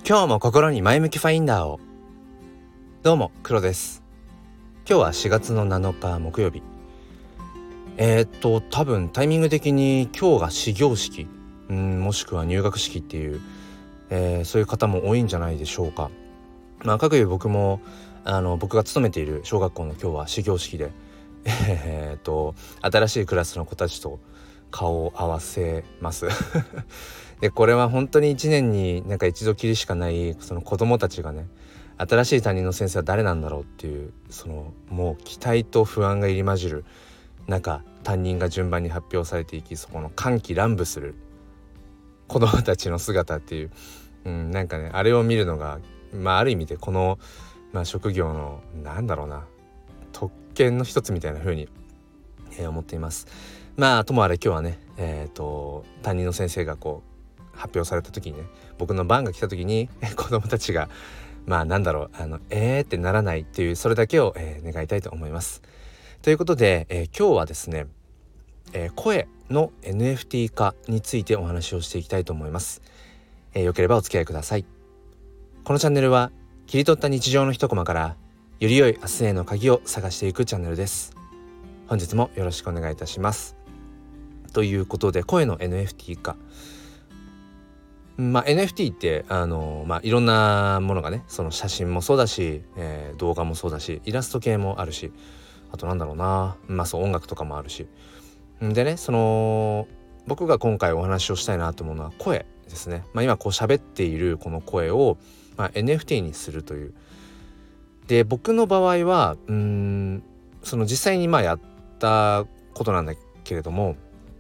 今日も心に前向きファインダーを。どうも黒です。今日は4月の7日木曜日。多分タイミング的に今日が始業式、もしくは入学式っていう、そういう方も多いんじゃないでしょうか。かくいう僕も僕が勤めている小学校の今日は始業式で新しいクラスの子たちと顔を合わせますでこれは本当に1年に一度きりしかないその子供たちがね、新しい担任の先生は誰なんだろうっていう、そのもう期待と不安が入り混じる中、担任が順番に発表されていき、そこの歓喜乱舞する子供たちの姿っていう、あれを見るのがある意味でこの、職業の特権の一つみたいな風に、思っています。ともあれ今日はね、担任の先生が発表された時にね、僕の番が来た時に子供たちがってならないっていう、それだけを、願いたいと思います。ということで、今日はですね、声の NFT 化についてお話をしていきたいと思います。よければお付き合いください。このチャンネルは切り取った日常の一コマからより良い明日への鍵を探していくチャンネルです。本日もよろしくお願いいたします。ということで、声の NFT 化、NFT っていろんなものがね、その写真もそうだし、動画もそうだし、イラスト系もあるし、あと音楽とかもあるし、でね、僕が今回お話をしたいなと思うのは声ですね。今喋っているこの声を、NFT にするという。で、僕の場合はその実際にやったことなんだけれども、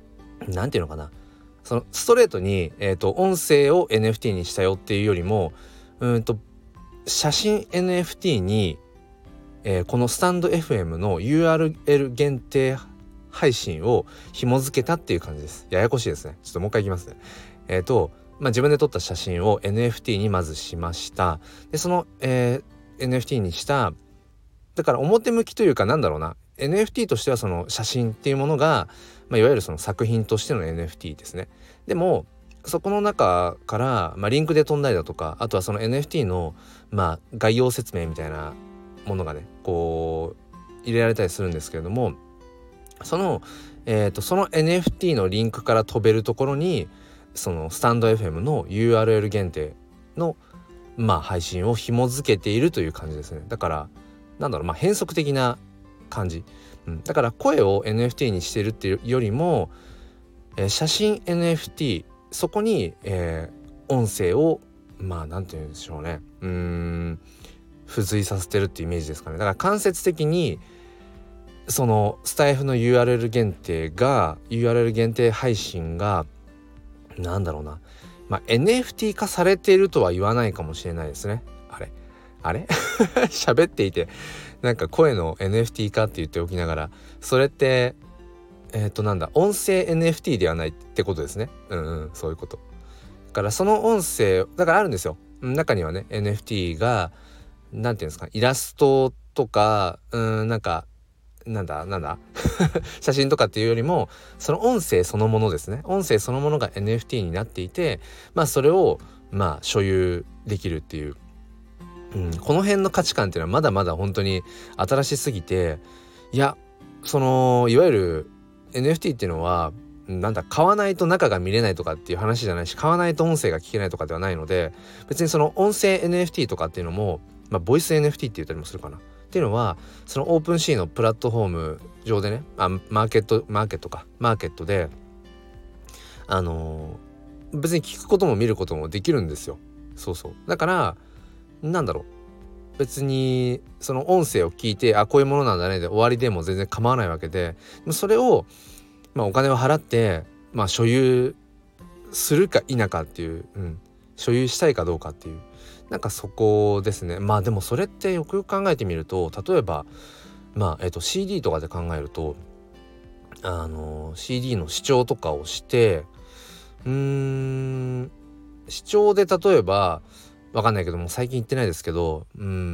そのストレートに、音声を NFT にしたよっていうよりも、写真 NFT に、このスタンド FM の URL 限定配信を紐付けたっていう感じです。ややこしいですね。ちょっともう一回いきますね。自分で撮った写真を NFT にまずしました。でその、NFT にした、だから表向きというかNFT としてはその写真っていうものが、いわゆるその作品としての NFT ですね。でもそこの中から、リンクで飛んだりだとか、あとはその NFT の概要説明みたいなものがね入れられたりするんですけれども、その NFT のリンクから飛べるところにそのスタンド FM の URL 限定の配信を紐付けているという感じですね。だから変則的な感じ、だから声を NFT にしてるっていうよりも、写真 NFT、 そこに、音声をなんて言うんでしょうね、付随させてるっていうイメージですかね。だから間接的にそのスタイフの URL 限定配信がNFT 化されているとは言わないかもしれないですね。あれ喋っていて声の NFT 化って言っておきながら、それって音声 NFT ではないってことですね。そういうこと。だからその音声だからあるんですよ。中にはね NFT がなんていうんですか、イラストとか写真とかっていうよりも、その音声そのものですね。音声そのものが NFT になっていて、それを所有できるっていう、この辺の価値観っていうのはまだまだ本当に新しすぎて、いわゆる NFT っていうのは買わないと中が見れないとかっていう話じゃないし、買わないと音声が聞けないとかではないので、別にその音声 NFT とかっていうのも、ボイス NFT って言ったりもするかなっていうのは、そのオープンシーのプラットフォーム上でね、マーケットで別に聞くことも見ることもできるんですよ。そうだから別にその音声を聞いてこういうものなんだねで終わりでも全然構わないわけで、それをお金を払って所有するか否かっていう、所有したいかどうかっていう、そこですね。でもそれってよくよく考えてみると、例えばCD とかで考えるとCD の視聴とかをして視聴で例えばわかんないけども、最近行ってないですけど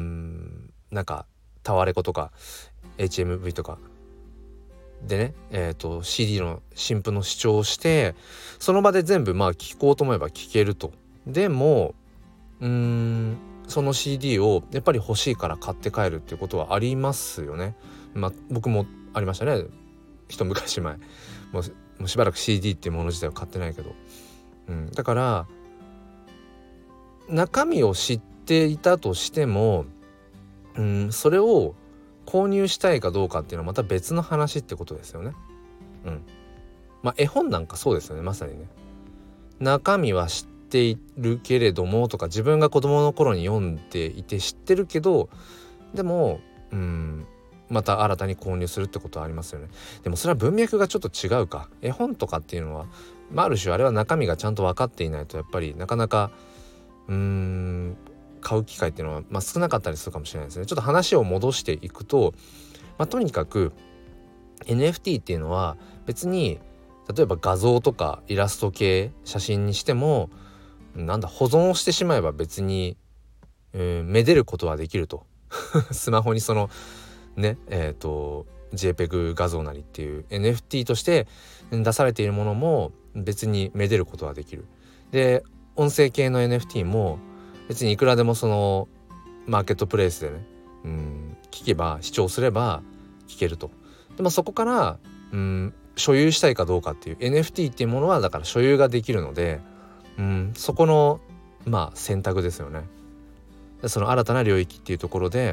タワレコとか HMV とかでね、CD の新譜の視聴をして、その場で全部聞こうと思えば聞けると。でもその CD をやっぱり欲しいから買って帰るっていうことはありますよね。僕もありましたね。一昔前もうしばらく CD っていうもの自体を買ってないけど、だから中身を知っていたとしても、それを購入したいかどうかっていうのはまた別の話ってことですよね。絵本なんかそうですよね。まさにね、中身は知っているけれどもとか、自分が子供の頃に読んでいて知ってるけど、でもまた新たに購入するってことはありますよね。でもそれは文脈がちょっと違うか。絵本とかっていうのは、ある種あれは中身がちゃんと分かっていないとやっぱりなかなか買う機会っていうのは、少なかったりするかもしれないですね。ちょっと話を戻していくと、とにかく NFT っていうのは別に例えば画像とかイラスト系写真にしても保存をしてしまえば別に、めでることはできるとスマホにそのねJPEG 画像なりっていう NFT として出されているものも別にめでることはできる。で音声系の NFT も別にいくらでもそのマーケットプレイスでね聞けば視聴すれば聞けると。でもそこから所有したいかどうかっていう NFT っていうものはだから所有ができるのでそこの選択ですよね。その新たな領域っていうところで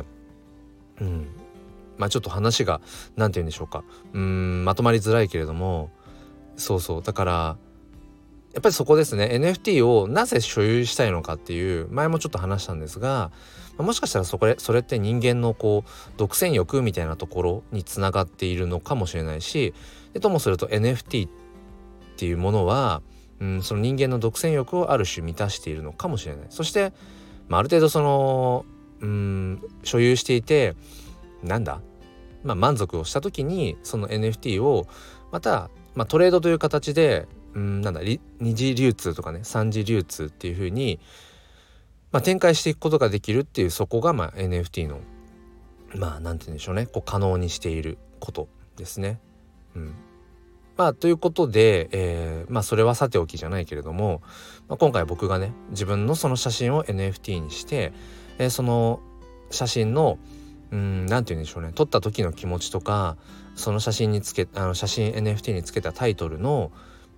ちょっと話がなんて言うんでしょうかまとまりづらいけれども、そうだからやっぱりそこですね。 NFT をなぜ所有したいのかっていう前もちょっと話したんですが、もしかしたらそれって人間の独占欲みたいなところにつながっているのかもしれないし、ともすると NFT っていうものはその人間の独占欲をある種満たしているのかもしれない。そして、ある程度その所有していて満足をした時にその NFT をまた、トレードという形で二次流通とかね三次流通っていう風に、展開していくことができるっていう、そこがNFT のなんて言うんでしょうね、可能にしていることですね。ということで、それはさておきじゃないけれども、今回僕がね自分のその写真を NFT にして、その写真のなんて言うんでしょうね、撮った時の気持ちとか、その写真に写真 NFT につけたタイトルの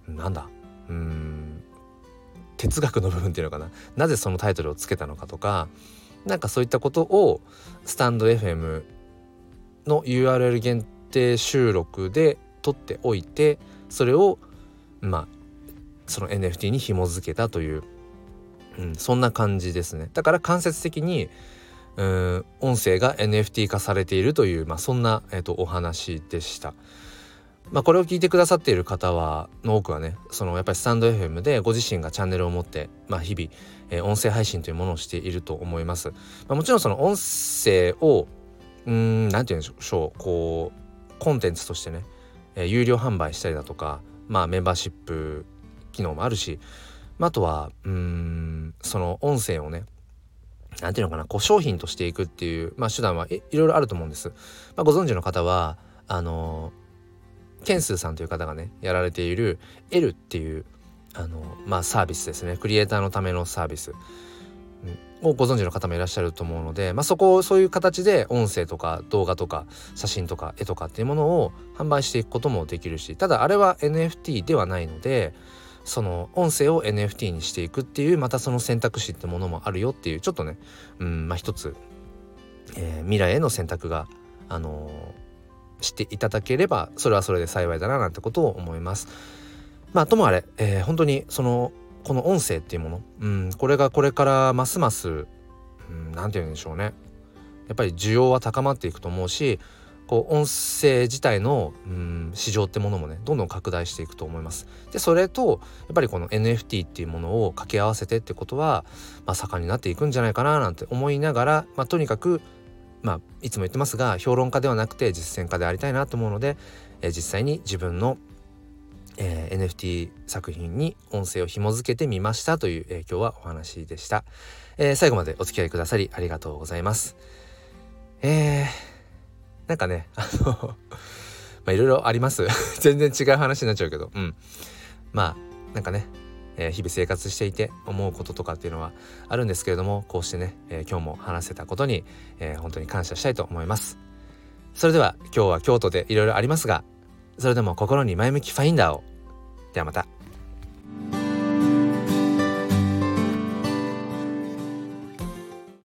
哲学の部分っていうのかな、なぜそのタイトルをつけたのかとか、そういったことをスタンド FM の URL 限定収録で撮っておいて、それをその NFT に紐付けたという、そんな感じですね。だから間接的に音声が NFT 化されているという、そんな、お話でした。これを聞いてくださっている方の多くはね、やっぱりスタンド FM でご自身がチャンネルを持って、日々、音声配信というものをしていると思います。もちろんその音声をなんて言うんでしょう、コンテンツとしてね、有料販売したりだとか、メンバーシップ機能もあるし、あとはその音声をねなんていうのかな、商品としていくっていう、手段はいろいろあると思うんです。ご存知の方はケンスーさんという方がねやられている L っていうサービスですね。クリエイターのためのサービス、をご存知の方もいらっしゃると思うので、そういう形で音声とか動画とか写真とか絵とかっていうものを販売していくこともできるし、ただあれは NFT ではないので、その音声を NFT にしていくっていう、またその選択肢ってものもあるよっていう、ちょっとね一つ、未来への選択がしていただければそれはそれで幸いだななんてことを思います。ともあれ、本当にこの音声っていうもの、これがこれからますますなんて言うんでしょうね、やっぱり需要は高まっていくと思うし、音声自体の市場ってものもねどんどん拡大していくと思います。でそれとやっぱりこの NFT っていうものを掛け合わせてってことは、盛んになっていくんじゃないかななんて思いながら、とにかくいつも言ってますが、評論家ではなくて実践家でありたいなと思うので、実際に自分の、NFT 作品に音声を紐付けてみましたという、今日はお話でした。最後までお付き合いくださりありがとうございます。なんかねいろいろあります全然違う話になっちゃうけど、なんかね、 日々生活していて思うこととかっていうのはあるんですけれども、こうしてね、今日も話せたことに、本当に感謝したいと思います。それでは今日は京都でいろいろありますが、それでも心に前向きファインダーを。ではまた。